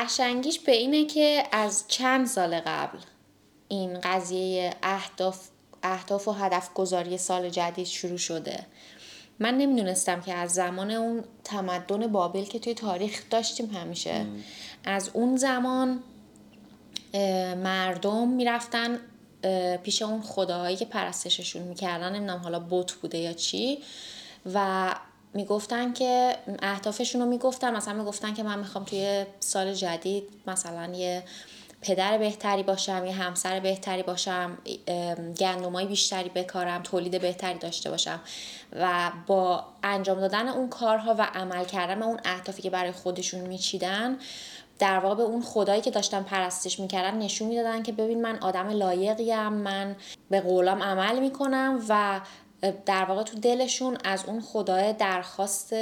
قشنگیش به اینه که از چند سال قبل این قضیه اهداف و هدف گذاری سال جدید شروع شده. من نمیدونستم که از زمان اون تمدن بابل که توی تاریخ داشتیم همیشه از اون زمان مردم میرفتن پیش اون خداهایی که پرستششون میکردن، نمیدونم حالا بت بوده یا چی، و میگفتن که اهدافشون رو میگفتن، مثلا میگفتن که من میخوام توی سال جدید مثلا یه پدر بهتری باشم، یه همسر بهتری باشم، گندمای بیشتری بکارم، تولید بهتری داشته باشم، و با انجام دادن اون کارها و عمل کردن به اون اهدافی که برای خودشون میچیدن در واقع به اون خدایی که داشتن پرستش میکردن نشون میدادن که ببین من آدم لایقیم، من به قولام عمل میکنم، و در واقع تو دلشون از اون خدای درخواست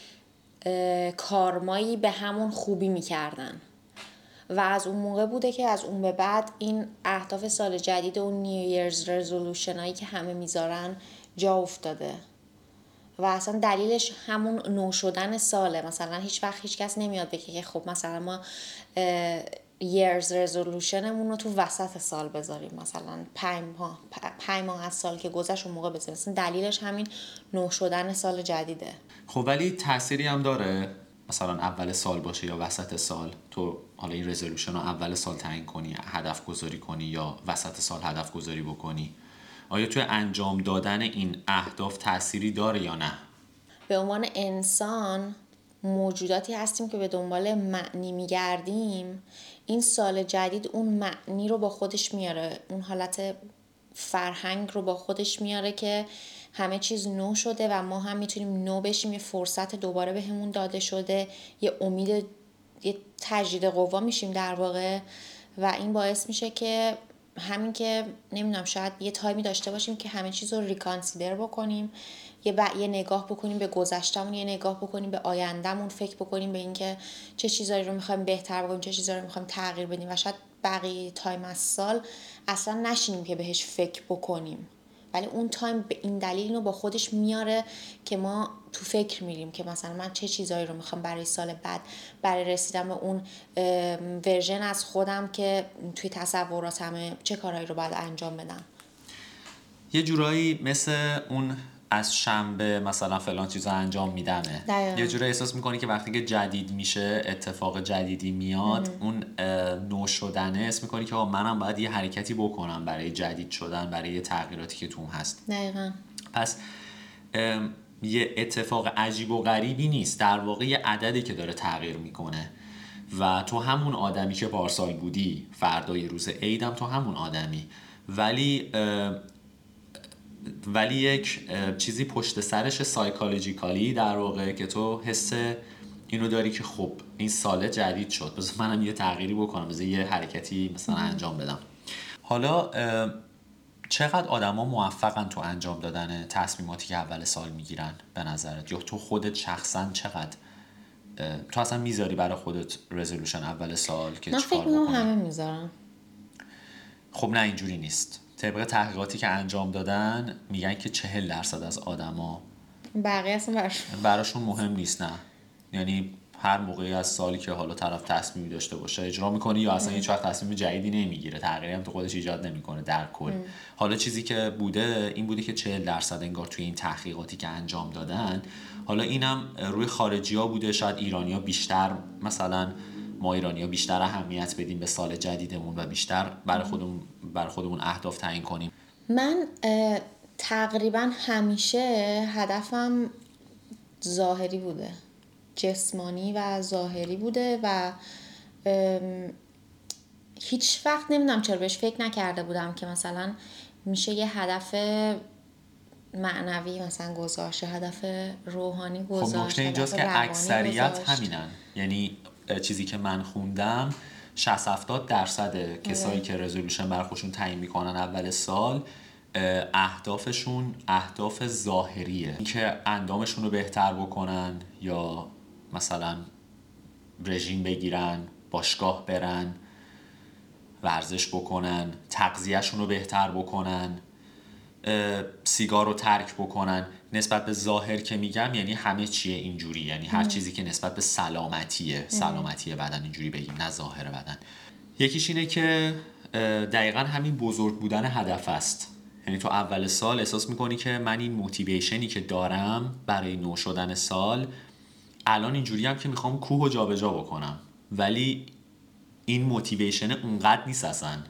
کارمایی به همون خوبی میکردن. و از اون موقع بوده که از اون به بعد این اهداف سال جدید و اون نیو ایرز رزولوشن هایی که همه میذارن جا افتاده و اصلا دلیلش همون نو شدن ساله. مثلا هیچ وقت هیچ کس نمیاد بگه که خب مثلا ما years resolutionمون رو تو وسط سال بذاریم، مثلا 5 ماه از سال که گذشت اون موقع بذاریم. مثلا دلیلش همین نو شدن سال جدیده. خب ولی تأثیری هم داره مثلا اول سال باشه یا وسط سال، تو حالا این رزولوشن رو اول سال تعیین کنی، هدف گذاری کنی، یا وسط سال هدف گذاری بکنی، آیا توی انجام دادن این اهداف تأثیری داره یا نه؟ به عنوان انسان موجوداتی هستیم که به دنبال معنی میگردیم. این سال جدید اون معنی رو با خودش میاره، اون حالت فرهنگ رو با خودش میاره که همه چیز نو شده و ما هم میتونیم نو بشیم، یه فرصت دوباره به همون داده شده، یه امید، یه تجدید قوا میشیم در واقع. و این باعث میشه که همین که نمیدونم شاید یه تایمی داشته باشیم که همه چیز رو ریکانسیدر بکنیم، یه نگاه بکنیم به گذشتمون، یه نگاه بکنیم به آیندهمون، فکر بکنیم به این که چه چیزایی رو میخوایم بهتر بکنیم، چه چیزایی رو میخوایم تغییر بدیم، و شاید بقیه تایم از سال اصلا نشینیم که بهش فکر بکنیم. ولی اون تایم به این دلیل اینو با خودش میاره که ما تو فکر میریم که مثلا من چه چیزایی رو میخوام برای سال بعد، برای رسیدن به اون ورژن از خودم که توی تصوراتمه، چه کارهایی رو باید انجام بدم. یه جورایی مثل اون از شنبه مثلا فلان چیزا انجام میدمه. یه جورایی احساس میکنی که وقتی که جدید میشه، اتفاق جدیدی میاد، اون نو شدنه، اسم میکنی که منم باید یه حرکتی بکنم برای جدید شدن، برای یه تغییراتی که توم هست. دقیقاً. پس یه اتفاق عجیب و غریبی نیست، در واقع یه عددی که داره تغییر میکنه و تو همون آدمی که پارسال بودی، فردای روز عیدم تو همون آدمی، ولی یک چیزی پشت سرش سایکولوژیکالی در واقع که تو حس اینو داری که خب این سال جدید شد، بذار منم یه تغییری بکنم، بذار یه حرکتی مثلا انجام بدم. حالا چقدر آدما موفقن تو انجام دادن تصمیماتی که اول سال میگیرن به نظرت؟ یا تو خودت شخصا چقدر تو اصلا میذاری برای خودت رزولوشن اول سال که چیکار بکنی؟ من فکر همه میذارم. خب نه، اینجوری نیست. طبق تحقیقاتی که انجام دادن میگن که 40% از آدما بقیه اصلا براشون مهم نیست. نه، یعنی هر موقعی از سالی که حالا طرف تصمیمی داشته باشه اجرا میکنه، یا اصلا هیچ وقت تصمیم جدیدی نمیگیره، تغییری هم تو خودش ایجاد نمیکنه در کل. حالا چیزی که بوده این بوده که 40% انگار توی این تحقیقاتی که انجام دادن، حالا اینم روی خارجی‌ها بوده، شاید ایرانی‌ها بیشتر، مثلا ما ایرانی‌ها بیشتر اهمیت بدیم به سال جدیدمون و بیشتر برای خودمون اهداف تعیین کنیم. من تقریبا همیشه هدفم ظاهری بوده، جسمانی و ظاهری بوده و هیچ وقت نمیدونم چرا بهش فکر نکرده بودم که مثلا میشه یه هدف معنوی مثلا گذاشت، هدف روحانی گذاشت. خب نکته اینجاست که اکثریت همینن، یعنی چیزی که من خوندم 60-70% کسایی که رزولوشن برای خودشون تعیین میکنن اول سال، اهدافشون اهداف ظاهریه، اینکه اندامشون رو بهتر بکنن، یا مثلا رژیم بگیرن، باشگاه برن، ورزش بکنن، تغذیه‌شون رو بهتر بکنن، سیگار رو ترک بکنن. نسبت به ظاهر که میگم یعنی همه چیه اینجوری، یعنی هر چیزی که نسبت به سلامتی بدن اینجوری بگیم، نه ظاهر بدن. یکیش اینه که دقیقا همین بزرگ بودن هدف است. یعنی تو اول سال احساس میکنی که من این موتیویشنی که دارم برای نو شدن سال، الان اینجوری هم که میخوام کوه و جابجا بکنم، ولی این موتیویشن اونقدر نیست اصلا.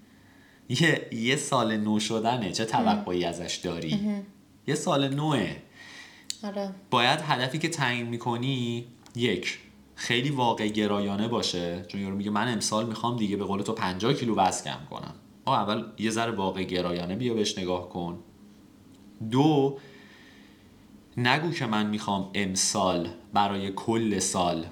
یه سال نو شدنه، چه توقعی ازش داری؟ یه سال نوه. آره. باید هدفی که تعیین میکنی یک خیلی واقع گرایانه باشه، چون یارو میگه من امسال میخوام دیگه به قول تو 50 کیلو وزن کم کنم. اول یه ذره واقع گرایانه بیا بهش نگاه کن. دو، نگو که من میخوام امسال برای کل سال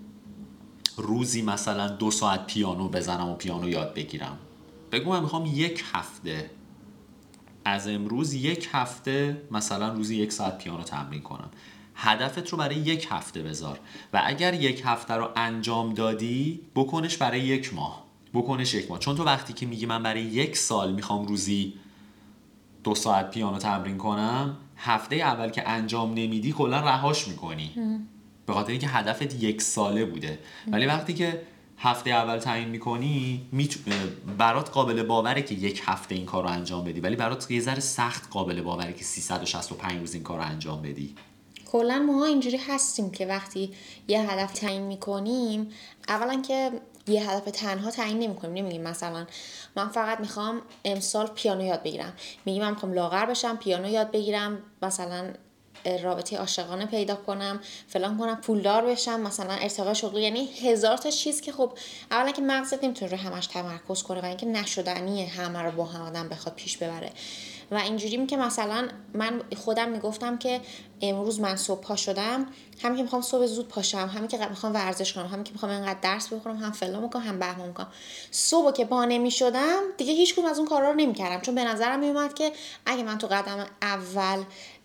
روزی مثلا 2 ساعت پیانو بزنم و پیانو یاد بگیرم. بگو من میخوام 1 هفته از امروز 1 هفته مثلا روزی 1 ساعت پیانو تمرین کنم. هدفت رو برای 1 هفته بذار و اگر 1 هفته رو انجام دادی بکنش برای 1 ماه، بکنش 1 ماه. چون تو وقتی که میگی من برای 1 سال میخوام روزی 2 ساعت پیانو تمرین کنم، هفته اول که انجام نمیدی کلا رهاش میکنی، به خاطر اینکه هدفت 1 ساله بوده. ولی وقتی که هفته اول تعیین میکنی برات قابل باوره که 1 هفته این کار رو انجام بدی، ولی برات یه ذره سخت قابل باوره که 365 روز این کار رو انجام بدی. کلا ما اینجوری هستیم که وقتی یه هدف تعیین میکنیم، اولا که یه هدف تنها تعیین نمیکنیم، نمیگیم مثلا من فقط میخوام امسال پیانو یاد بگیرم، میگیم من میخوام لاغر بشم، پیانو یاد بگیرم، مثلا رابطه عاشقانه پیدا کنم، فلان کنم، پولدار بشم، مثلا ارتقای شغلی، یعنی هزار تا چیز که خب اولا که مغزت نمیتونه روی همش تمرکز کنه و اینکه نشدنیه همه رو با هم آدم بخواد پیش ببره. و اینجوریم که مثلا من خودم میگفتم که امروز من صبح پا شدم، همین که میخوام صبح زود پاشم، همین که میخوام ورزش کنم، همین که میخوام اینقدر درس بخونم، هم فلان میکنم هم بهمان میکنم، صبح که پا نمیشدم دیگه هیچ کدوم از اون کارا رو نمیکردم، چون به نظرم میومد که اگه من تو قدم اول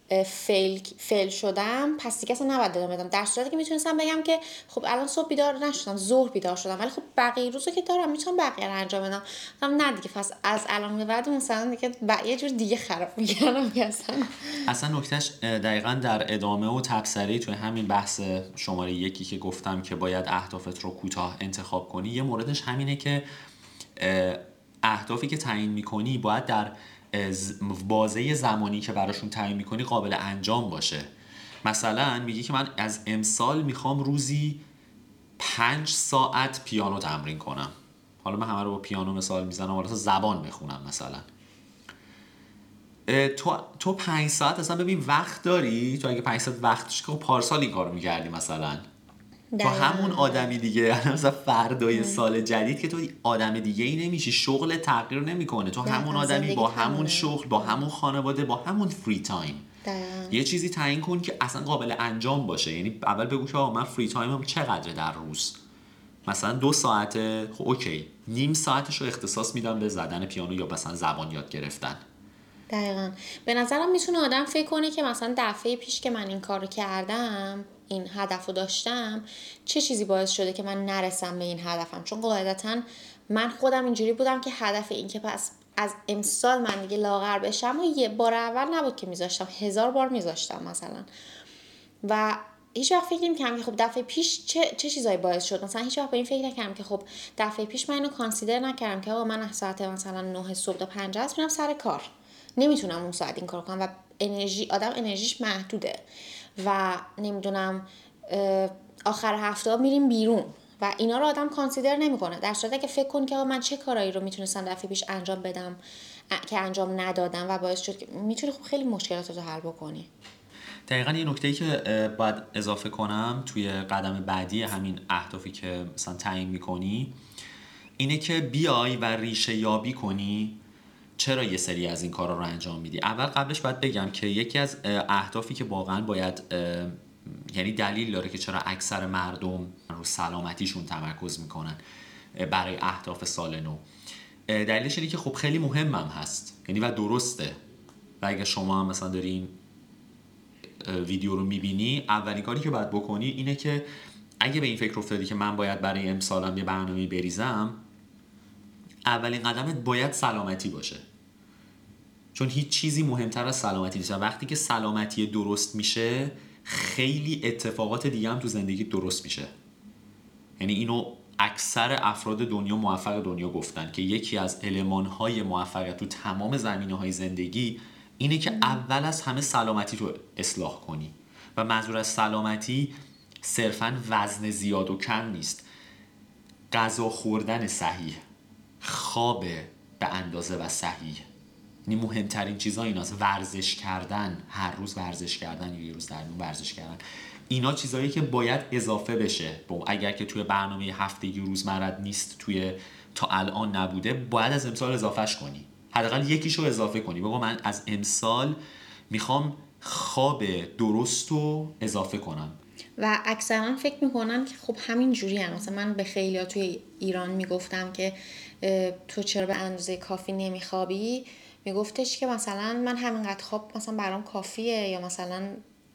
فیل شدم پس دیگه اصلا نباید ادامه بدم، در صورتی که میتونستم بگم که خب الان صبح بیدار نشدم، ظهر بیدار شدم، ولی خب بقیه روزو که دارم میتونم بقیه رو انجام بدم. نه دیگه پس از الان به بعد مثلا دیگه یه جور دیگه خراب می‌کردم اصلا نکتهش دقیقاً در ادامه و تبصره توی همین بحث شماره 1 که گفتم که باید اهدافت رو کوتاه انتخاب کنی، یه موردش همینه که اهدافی که تعیین میکنی باید در بازه زمانی که براشون تعیین میکنی قابل انجام باشه. مثلا میگی که من از امسال میخوام روزی 5 ساعت پیانو تمرین کنم. حالا من همه رو با پیانو مثال میزنم، حالا تو زبان بخونم مثلا. تو 5 ساعت اصلا ببین وقت داری؟ تو اگه 5 ساعت وقتش که پارسال این کارو میکردی مثلا. تو همون آدمی دیگه، مثلا فردای سال جدید که تو آدم دیگه ای نمیشی، شغل تغییر نمیکنه، تو همون آدمی با همون شغل، با همون خانواده، با همون فری تایم. یه چیزی تعیین کن که اصلا قابل انجام باشه. یعنی اول بگو که من فری تایمم چقدره در روز، مثلا 2 ساعته، خب اوکی، نیم ساعتش رو اختصاص میدم به زدن پیانو یا مثلا زبان یاد گرفتن. دقیقاً. به نظرم میتونه آدم فکر کنه که مثلا دفعه پیش که من این کارو کردم، این هدفو داشتم، چه چیزی باعث شده که من نرسم به این هدفم. چون قاعدتاً من خودم اینجوری بودم که هدف این که پس از امسال من دیگه لاغر بشم و یه بار اول نبود که میذاشتم، 1000 بار میذاشتم مثلا. و هیچ وقت فکر نمی‌کردم که خب دفعه پیش چه چیزایی باعث شد. مثلا هیچ وقت به این فکر نکردم که خب دفعه پیش من اینو کانسیدر نکردم که آقا من از ساعت مثلا 9 صبح تا 5 عصر میرم سر کار، نمیتونم اون ساعت این کار کنم و آدم انرژیش محدوده و نمیدونم آخر هفته میریم بیرون و اینا رو آدم کانسیدر نمیکنه. در صورتی که فکر کن که من چه کارایی رو میتونستم دفعه پیش انجام بدم که انجام ندادم و باعث شد که میتونی خب خیلی مشکلاتو حل بکنی. دقیقاً یه نکته‌ای که باید اضافه کنم توی قدم بعدی همین اهدافی که مثلا تعیین میکنی اینه که بیای و ریشه یابی کنی چرا یه سری از این کارا رو انجام میدی. اول قبلش باید بگم که یکی از اهدافی که واقعا باید، یعنی دلیل داره که چرا اکثر مردم رو سلامتیشون تمرکز میکنن برای اهداف سال نو، دلیلش اینه که خب خیلی مهمم هست، یعنی و درسته. و اگه شما هم مثلا دارین ویدیو رو میبینی، اولین کاری که باید بکنی اینه که اگه به این فکر افتادی که من باید برای امسالم یه برنامه بریزم، اولین قدمت باید سلامتی باشه. چون هیچ چیزی مهمتر از سلامتی نیست و وقتی که سلامتی درست میشه خیلی اتفاقات دیگه هم تو زندگی درست میشه. یعنی اینو اکثر افراد دنیا موفق دنیا گفتن که یکی از المانهای موفقیت تو تمام زمینه‌های زندگی اینه که اول از همه سلامتی رو اصلاح کنی و منظور از سلامتی صرفاً وزن زیاد و کم نیست، غذا خوردن صحیح، خواب به اندازه و صحیح. این مهمترین چیزا ایناست. ورزش کردن، هر روز ورزش کردن یا یه روز در میون ورزش کردن، اینا چیزایی که باید اضافه بشه. اگر که توی برنامه هفتگی روزمرت نیست، توی تا الان نبوده، باید از امسال اضافهش کنی، حداقل یکیشو اضافه کنی. بگو من از امسال میخوام خواب درست رو اضافه کنم. و اکثرا فکر میکنن که خب همین جوری هم. مثلا من به خیلیا توی ایران میگفتم که تو چرا به اندازه کافی نمیخوابی، میگفتش که مثلا من همینقدر خواب مثلا برام کافیه، یا مثلا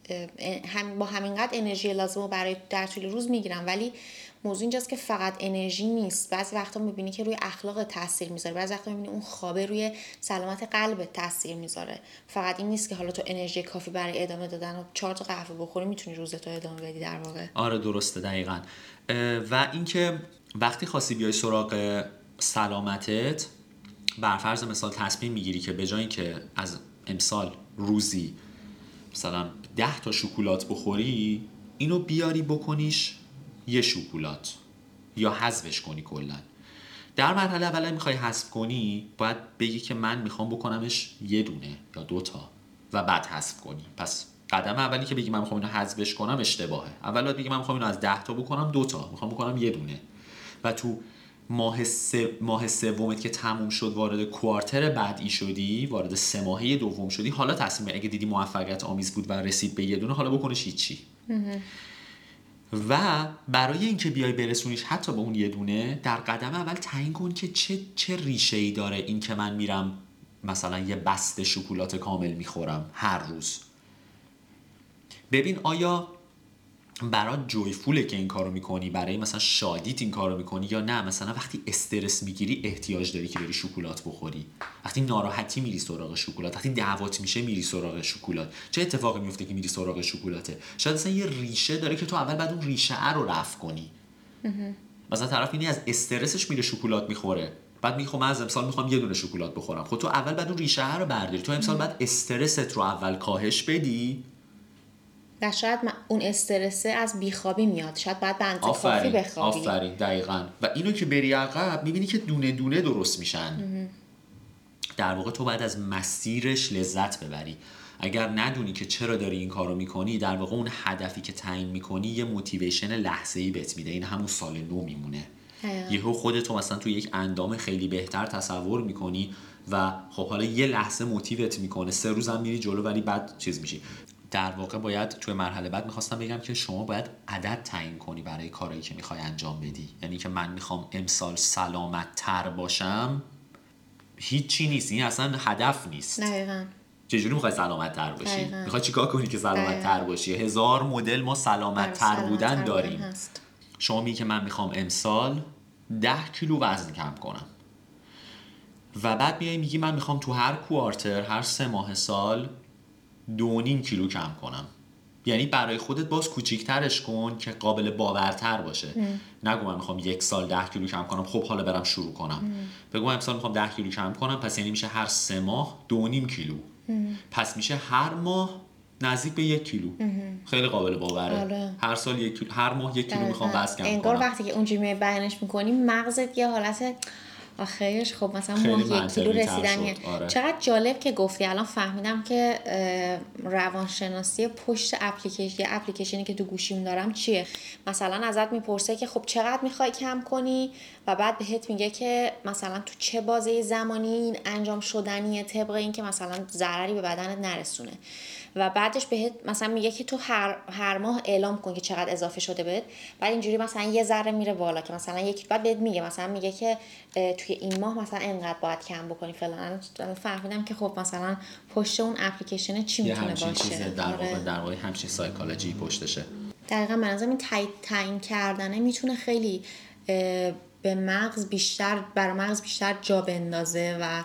با همینقدر انرژی لازم رو برای در طول روز میگیرم. ولی موضوع اینجاست که فقط انرژی نیست. بعضی وقتا میبینی که روی اخلاق تاثیر میذاره، بعضی وقتا میبینی اون خوابه روی سلامت قلبت تاثیر میذاره. فقط این نیست که حالا تو انرژی کافی برای ادامه دادن و 4 تا قهوه بخوری میتونی روزتو ادامه بدی در واقع. آره درسته، دقیقاً. و اینکه وقتی خواستی بیای سراغ سلامتت، برفرض مثال تصمیم میگیری که به جای اینکه از امسال روزی مثلا 10 تا شکلات بخوری، اینو بیاری بکنیش یه شکلات یا حذفش کنی کلا. در مرحله اول میخوای حذف کنی، باید بگی که من میخوام بکنمش یه دونه یا 2 تا و بعد حذف کنی. پس قدم اولی که بگی من میخوام اینو حذفش کنم اشتباهه. اول باید بگی من میخوام اینو از 10 تا بکنم 2 تا، میخوام بکنم یه دونه. و تو ماه سومت که تموم شد، وارد کوارتر بعدی شدی، وارد 3 ماهه دوم شدی، حالا تصمیم اگه دیدی موفقیت آمیز بود و رسید به یه دونه، حالا بکنش هیچی. و برای اینکه بیای برسونیش حتی به اون یه دونه، در قدم اول تعیین کن که چه ریشه‌ای داره این که من میرم مثلا یه بسته شکلات کامل میخورم هر روز. ببین آیا برای جویفوله که این کارو میکنی، برای مثلا شادیت این کارو میکنی، یا نه مثلا وقتی استرس میگیری احتیاج داری که بری شکلات بخوری، وقتی ناراحتی میری سراغ شکلات، وقتی دعوات میشه میری سراغ شکلات. چه اتفاقی میفته که میری سراغ شکلاته؟ شاید مثلا یه ریشه داره که تو اول بعد اون ریشه رو رفع کنی. مثلا طرف اینی از استرسش میره شکلات میخوره، بعد میگه خب من از امسال میخوام یه دونه شکلات بخورم. خب تو اول بعد اون ریشه رو برداری، تو امسال بعد استرست رو اول کاهش بدی. و شاید اون استرسه از بیخوابی میاد، شاید بعد به اندازه کافی بخوابی. آفرین، دقیقاً. و اینو که بری عقب میبینی که دونه دونه درست میشن. در واقع تو باید از مسیرش لذت ببری. اگر ندونی که چرا داری این کارو میکنی، در واقع اون هدفی که تعیین میکنی یه موتیویشن لحظه‌ای بهت میده. این همون سال نو میمونه. یهو خودتو مثلا تو یک اندام خیلی بهتر تصور میکنی و خب حالا یه لحظه موتیوت میکنه، 3 روز هم میری جلو ولی بعد چیز میشی. در واقع باید توی مرحله بعد میخواستم بگم که شما باید عدد تعیین کنی برای کارهایی که میخوای انجام بدی. یعنی که من میخوام امسال سلامت تر باشم، هیچی نیست، این اصلا هدف نیست. دقیقاً. چجوری میخوای سلامت تر باشی؟ میخوای چیکار کنی که سلامت تر باشی؟ 1000 مدل ما سلامت تر بودن داریم. شما میگی که من میخوام امسال 10 کیلو وزن کم کنم و بعد میگی من میخوام تو هر کوارتر، هر 3 ماه سال 2.5 کیلو کم کنم. یعنی برای خودت باز کوچیکترش کن که قابل باورتر باشه. نگو من میخوام 1 سال 10 کیلو کم کنم، خب حالا برم شروع کنم. بگو من امسال میخوام 10 کیلو کم کنم، پس یعنی میشه هر 3 ماه 2.5 کیلو. پس میشه هر ماه نزدیک به 1 کیلو. خیلی قابل باوره. آره. هر سال 1 کیلو، هر ماه 1 کیلو میخوام وزن کم کنم. انگار وقتی که اونجوری بیانش میکنی مغزت یه حالت آخرش خب مثلا ماه 1 کیلو رسیدنیه. آره. چقدر جالب که گفتی. الان فهمیدم که روانشناسی پشت اپلیکیشنی که تو گوشیم دارم چیه. مثلا ازت میپرسه که خب چقدر میخوای کم کنی و بعد بهت میگه که مثلا تو چه بازه زمانی این انجام شدنیه، طبق این که مثلا ضرری به بدنت نرسونه. و بعدش بهت مثلا میگه که تو هر ماه اعلام کن که چقدر اضافه شده بهت. بعد اینجوری مثلا یه ذره میره بالا که مثلا یکی بعد بهت میگه، مثلا میگه که توی این ماه مثلا اینقدر باید کم بکنی فلان. فهمیدم که خب مثلا پشت اون اپلیکیشن چی میتونه باشه. چیزه در واقع همچین سایکولوژی پشتشه. دقیقاً. من از این تعیین کردنه میتونه خیلی به مغز بیشتر جا بندازه و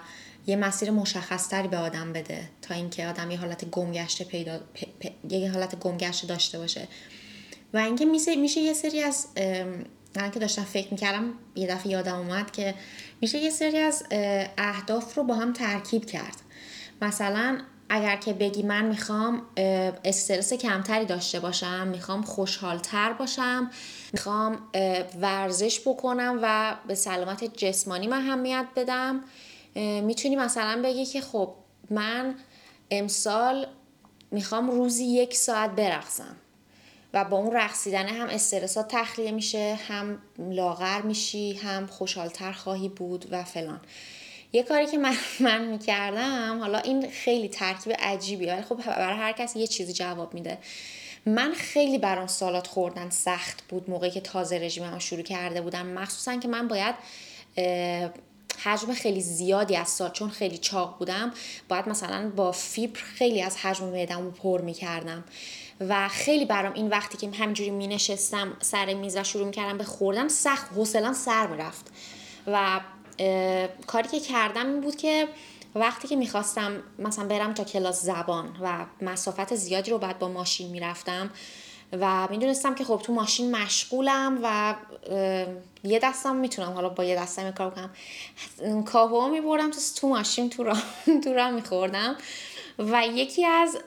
یه مسیر مشخصتری به آدم بده تا اینکه آدم یه حالت گمگشته یه حالت گمگشته داشته باشه. و اینکه میشه یه سری از من که داشتم فکر میکردم یه دفعه یادم اومد که میشه یه سری از اهداف رو با هم ترکیب کرد. مثلا اگر که بگی من میخوام استرس کمتری داشته باشم، میخوام خوشحالتر باشم، میخوام ورزش بکنم و به سلامت جسمانی من اهمیت بدم، میتونی مثلا بگی که خب من امسال میخوام روزی 1 ساعت برقصم و با اون رقصیدن هم استرسات تخلیه میشه، هم لاغر میشی، هم خوشحالتر خواهی بود و فلان. یه کاری که من میکردم، حالا این خیلی ترکیب عجیبیه ولی خب برای هر کس یه چیزی جواب میده. من خیلی برام سالاد خوردن سخت بود موقعی که تازه رژیمم شروع کرده بودم، مخصوصا که من باید حجم خیلی زیادی از سال، چون خیلی چاق بودم، باید مثلا با فیبر خیلی از حجم معده‌مو پر میکردم و خیلی برام این وقتی که همینجوری مینشستم سر میز و شروع میکردم به خوردن سخت، حوصله‌ام سر میرفت. و کاری که کردم این بود که وقتی که میخواستم مثلا برم تا کلاس زبان و مسافت زیادی رو بعد با ماشین میرفتم و میدونستم که خب تو ماشین مشغولم و یه دستم میتونم حالا با یه دستم کار کنم، کاهو میبردم تو ماشین تو راه میخوردم. و یکی از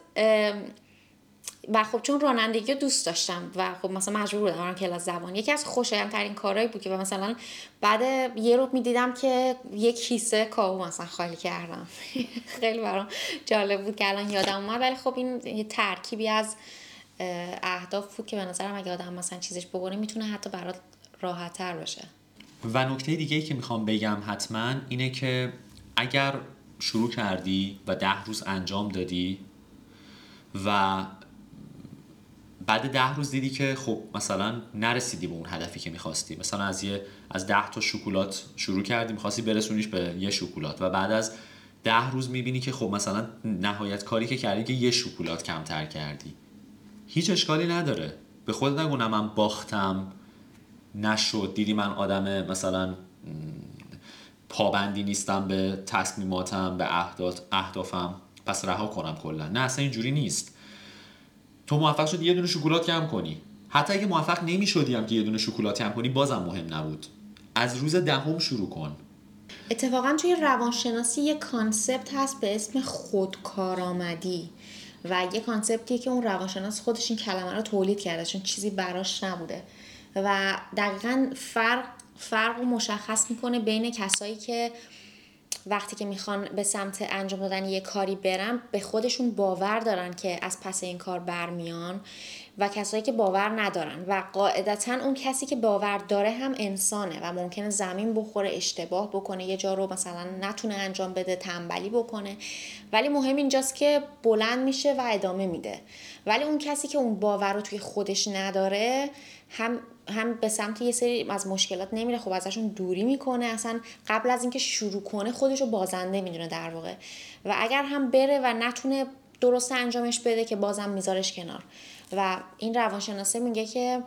و خب چون رانندگی رو دوست داشتم و خب مثلا مجبور بودم برم کلاس زبان، یکی از خوشایندترین کارهایی بود که مثلا بعد یه رو میدیدم که یک کیسه کاهو مثلا خالی کردم. خیلی برام جالب بود که الان یادم اومد. ولی خب این یه ترکیبی از اهداف بود که به نظرم اگه آدم مثلا چیزش بکنه میتونه حتی برات راحت تر باشه. و نکته دیگه‌ای که میخوام بگم حتما اینه که اگر شروع کردی و 10 روز انجام دادی و بعد 10 روز دیدی که خب مثلا نرسیدی به اون هدفی که میخواستی، مثلا از 10 تا شکلات شروع کردی میخواستی برسونیش به یه شکلات و بعد از 10 روز میبینی که خب مثلا نهایت کاری که کردی که یه شکلات کمتر کردی، هیچ اشکالی نداره. به خودت نگو نه من باختم نشد، دیدی من آدم مثلا پابندی نیستم به تصمیماتم به اهدافم پس رها کنم کلا. نه اصلا اینجوری نیست. تو موفق شدی یه دونه شکلات کم کنی، حتی اگه موفق نمی‌شدی هم که یه دونه شکلات کم کنی بازم مهم نبود، از روز 10 شروع کن. اتفاقا توی روانشناسی یه کانسپت هست به اسم خودکارآمدی و یه کانسپتیه که اون روانشناس خودش این کلمه رو تولید کرده چون چیزی براش نبوده و دقیقاً فرق رو مشخص میکنه بین کسایی که وقتی که میخوان به سمت انجام دادن یه کاری برن به خودشون باور دارن که از پس این کار برمیان و کسایی که باور ندارن. و قاعدتاً اون کسی که باور داره هم انسانه و ممکنه زمین بخوره، اشتباه بکنه، یه جا رو مثلا نتونه انجام بده، تنبلی بکنه، ولی مهم اینجاست که بلند میشه و ادامه میده. ولی اون کسی که اون باور رو توی خودش نداره هم به سمت یه سری از مشکلات نمیره، خب ازشون دوری میکنه، اصلا قبل از اینکه شروع کنه خودش رو بازنده میدونه در واقع. و اگر هم بره و نتونه درست انجامش بده که بازم میذارش کنار. و این روانشناسه میگه که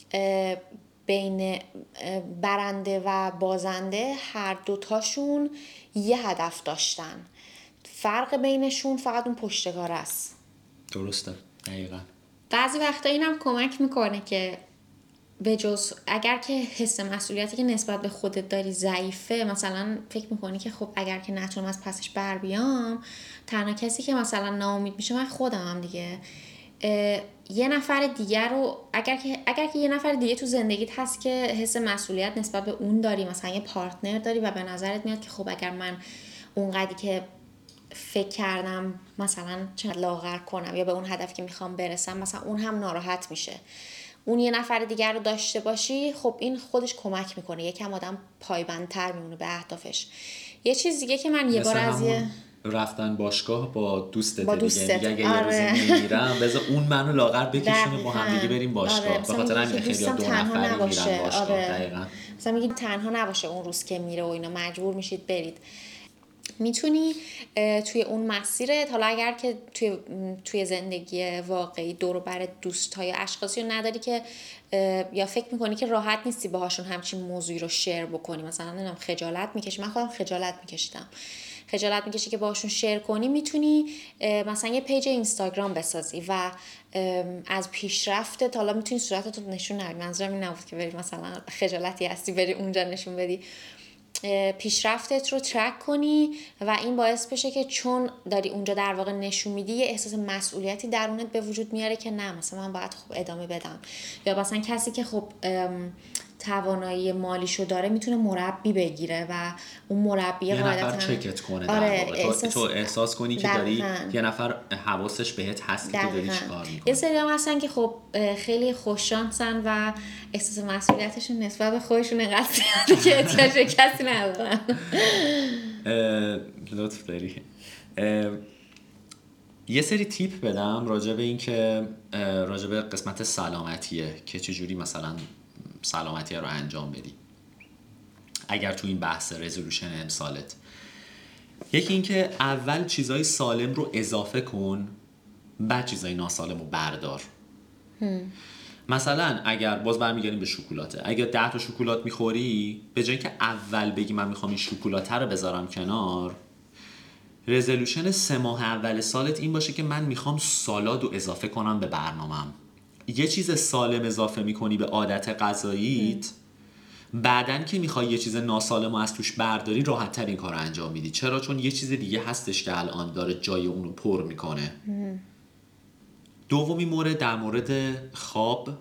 بین برنده و بازنده هر دوتاشون یه هدف داشتن، فرق بینشون فقط اون پشتکار است. درسته، دقیقا. بعضی وقتا اینم کمک میکنه که به جز اگر که حس مسئولیتی که نسبت به خودت داری ضعیفه، مثلا فکر میکنی که خب اگر که نتونم از پسش بر بیام، تنها کسی که مثلا ناامید میشه من خودمم دیگه. یه نفر دیگر رو اگر که یه نفر دیگه تو زندگیت هست که حس مسئولیت نسبت به اون داری، مثلا یه پارتنر داری و به نظرت میاد که خب اگر من اونقدری که فکر کردم مثلا چه لاغر کنم یا به اون هدفی که میخوام برسم، مثلا اون هم ناراحت میشه، اون یه نفر دیگر رو داشته باشی، خب این خودش کمک میکنه یکم آدم پایبندتر میمونه به اهدافش. یه چیز دیگه که من یه بار از رفتن باشگاه با دوستت دیگه اگه یه روزی نمیرم بذار اون منو لاغر بکشونه با هم دیگه بریم باشگاه. به خاطر همین خیلی دو نفری میرن باشگاه. دقیقاً مثلا میگی تنها نباشه اون روز که میره و اینا، مجبور میشید برید. میتونی توی اون مسیرت، حالا اگر که توی زندگی واقعی دور و بر دوست‌ها یا اشخاصی رو نداری که یا فکر میکنی که راحت نیستی باهاشون همچین موضوعی رو شیر بکنی، مثلا نمیدونم خجالت میکشی، من خودم خجالت میکشیدم، خجالت میکشی که باشون شیر کنی، میتونی مثلا یه پیج اینستاگرام بسازی و از پیشرفتت، حالا میتونی صورتت رو نشون ندی، منظورم این نبود که بری مثلا خجالتی هستی بری اونجا نشون بدی، پیشرفتت رو ترک کنی و این باعث بشه که چون داری اونجا در واقع نشون میدی یه احساس مسئولیتی درونت به وجود میاره که نه مثلا من باید خب ادامه بدم. یا مثلا کسی که خب توانایی مالیشو داره میتونه مربی بگیره و اون مربی قاعدتا نفر چکت کنه آره در واقع تو احساس کنی که داری یه نفر حواسش بهت هست که تو داری چیکار میکنی. یه سری هم هستن که خب خیلی خوششانسن و احساس مسئولیتشون نسبت به خودشون انقدر زیاده که احتیاج به کسی ندارن. لطف داری. یه سری تیپ بدم راجع به این که راجع به قسمت سلامتیه که چجوری مثلا سلامتی رو انجام بدی اگر تو این بحث رزولوشن امسالت. یکی این که اول چیزای سالم رو اضافه کن، بعد چیزای ناسالم رو بردار. مثلا اگر باز برمیگردیم به شکلاته، اگر 10 تا شکلات میخوری، به جای که اول بگی من میخوام این شکلاته رو بذارم کنار، رزولوشن 3 ماه اول سالت این باشه که من میخوام سالاد رو اضافه کنم به برنامه‌ام. یه چیز سالم اضافه میکنی به عادت غذاییت، بعدن که میخوای یه چیز ناسالم رو از توش برداری راحت تر این کار رو انجام میدی. چرا؟ چون یه چیز دیگه هستش که الان داره جای اونو پر میکنه. دومی مورد در مورد خواب.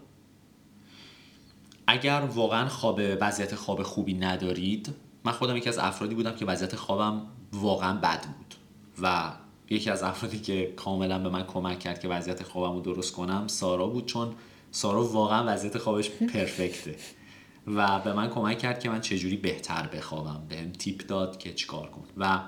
اگر واقعا وضعیت خواب خوبی ندارید، من خودم یکی از افرادی بودم که وضعیت خوابم واقعا بد بود و یکی از افرادی که کاملا به من کمک کرد که وضعیت خوابم رو درست کنم سارا بود، چون سارا واقعا وضعیت خوابش پرفکته و به من کمک کرد که من چجوری بهتر بخوابم، بهم تیپ داد که چیکار کن. و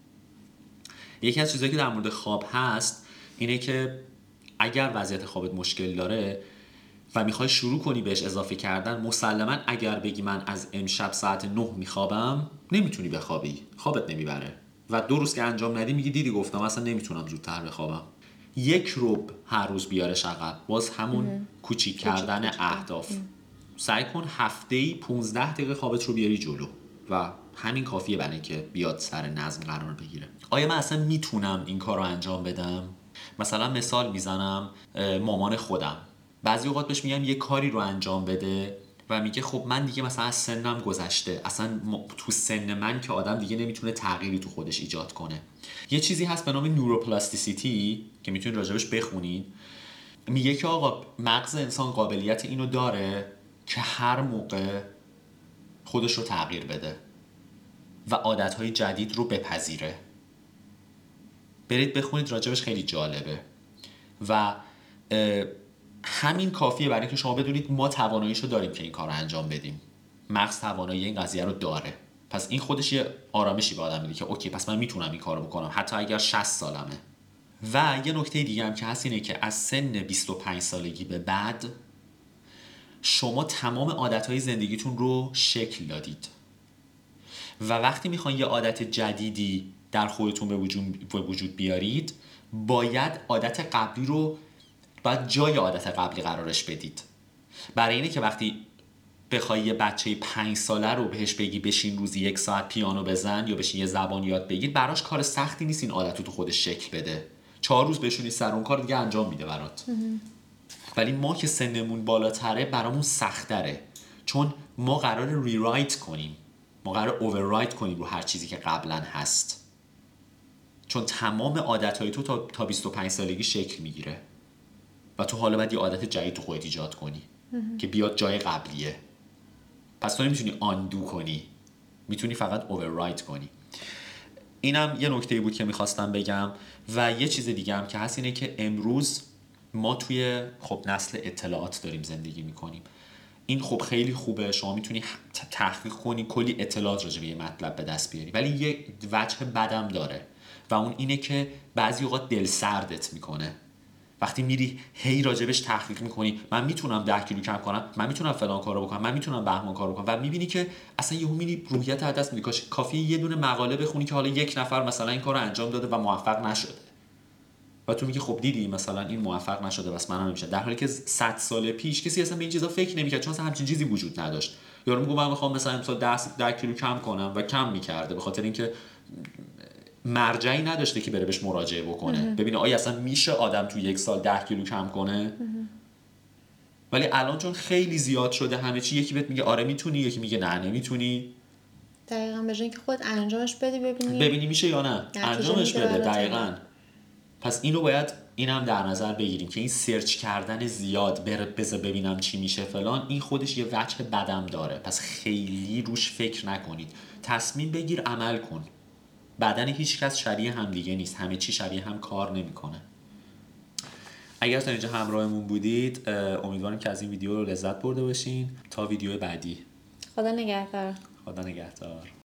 یکی از چیزایی که در مورد خواب هست اینه که اگر وضعیت خوابت مشکل داره و میخوای شروع کنی بهش اضافه کردن، مسلما اگر بگی من از امشب ساعت 9 میخوابم، نمیتونی بخوابی، خوابت نمیبره و 2 روز که انجام ندی میگی دیدی گفتم اصلا نمیتونم زودتر بخوابم. 1 ربع هر روز بیارش عقب، باز همون کوچیک کردن اهداف. سعی کن هفته‌ای 15 دقیقه خوابت رو بیاری جلو و همین کافیه برای اینکه بیاد سر نظم قرار بگیره. آیا من اصلا میتونم این کار رو انجام بدم؟ مثلا مثال میزنم، مامان خودم بعضی اوقات بهش میگم یه کاری رو انجام بده و میگه خب من دیگه مثلا از سنم گذشته، اصلا تو سن من که آدم دیگه نمیتونه تغییری تو خودش ایجاد کنه. یه چیزی هست به نام نوروپلاستیسیتی که میتونید راجبش بخونید، میگه که آقا مغز انسان قابلیت اینو داره که هر موقع خودش رو تغییر بده و عادتهای جدید رو بپذیره. برید بخونید راجبش، خیلی جالبه و همین کافیه برای اینکه شما بدونید ما تواناییشو داریم که این کار رو انجام بدیم. مغز توانایی این قضیه رو داره، پس این خودش یه آرامشی به آدم میده که اوکی پس من میتونم این کارو بکنم حتی اگر 60 سالمه. و یه نکته دیگه هم که هست اینه که از سن 25 سالگی به بعد شما تمام عادتهای زندگیتون رو شکل دادید و وقتی میخواین یه عادت جدیدی در خودتون به وجود بیارید، باید عادت قبلی رو باید جای عادت قبلی قرارش بدید. برای اینه که وقتی بخوای یه بچه 5 ساله رو بهش بگی بشین روزی 1 ساعت پیانو بزن یا بشین یه زبان یاد بگیر، براش کار سختی نیست این عادت رو تو خودش شکل بده. 4 روز بشونی سر اون کار دیگه انجام میده برات. ولی ما که سنمون بالاتره برامون سخت‌تره، چون ما قراره ریرایت کنیم، ما قراره اووررایت کنیم رو هر چیزی که قبلا هست، چون تمام عادتهای تو تا 25 سالگی شکل میگیره و تو حالا باید یه عادت جدید تو خودت ایجاد کنی که بیاد جای قبلیه. پس تو نمیتونی آندو کنی، میتونی فقط اووررایت کنی. اینم یه نکته بود که میخواستم بگم. و یه چیز دیگه هم که هست اینه که امروز ما توی خب نسل اطلاعات داریم زندگی میکنیم. این خب خیلی خوبه، شما میتونی تحقیق کنی، کلی اطلاعات راجع به یه مطلب به دست بیاری، ولی یه وجه بدم داره و اون اینه که بعضی اوقات دل سردت میکنه. وقتی میری هی راجبش تحقیق میکنی، من میتونم 10 کیلو کم کنم، من میتونم فلان کارو بکنم، من میتونم بهمان کارو بکنم، و میبینی که اصلا یهو میری روحیت از دست میدی. کافیه یه دونه مقاله بخونی که حالا یک نفر مثلا این کارو انجام داده و موفق نشده و تو میگی خب دیدی مثلا این موفق نشده بس منم نمیشه، در حالی که 100 سال پیش کسی اصلا به این چیزا فکر نمیکرد، چون اصلا همچین چیزی وجود نداشت. یارو میگه من میخوام مثلا امسال 10 کیلو کم کنم و کم میکرده به خاطر اینکه مرجعی نداشته که بره بهش مراجعه بکنه ببینه آیا اصلا میشه آدم تو 1 سال 10 کیلو کم کنه. ولی الان چون خیلی زیاد شده همه چی، یکی بهت میگه آره میتونی، یکی میگه نه نمیتونی. دقیقاً به جای اینکه خود انجامش بدی ببینی میشه یا نه، انجامش میده بده. برات. دقیقاً. پس اینو باید اینم در نظر بگیریم که این سرچ کردن زیاد بذار ببینم چی میشه فلان، این خودش یه وجه بدم داره. پس خیلی روش فکر نکنید، تصمیم بگیر، عمل کن. بدن هیچ کس شبیه هم دیگه نیست، همه چی شبیه هم کار نمیکنه. اگر تا اینجا همراهمون بودید امیدوارم که از این ویدیو رو لذت برده باشین. تا ویدیو بعدی، خدا نگهدار. خدا نگهدار.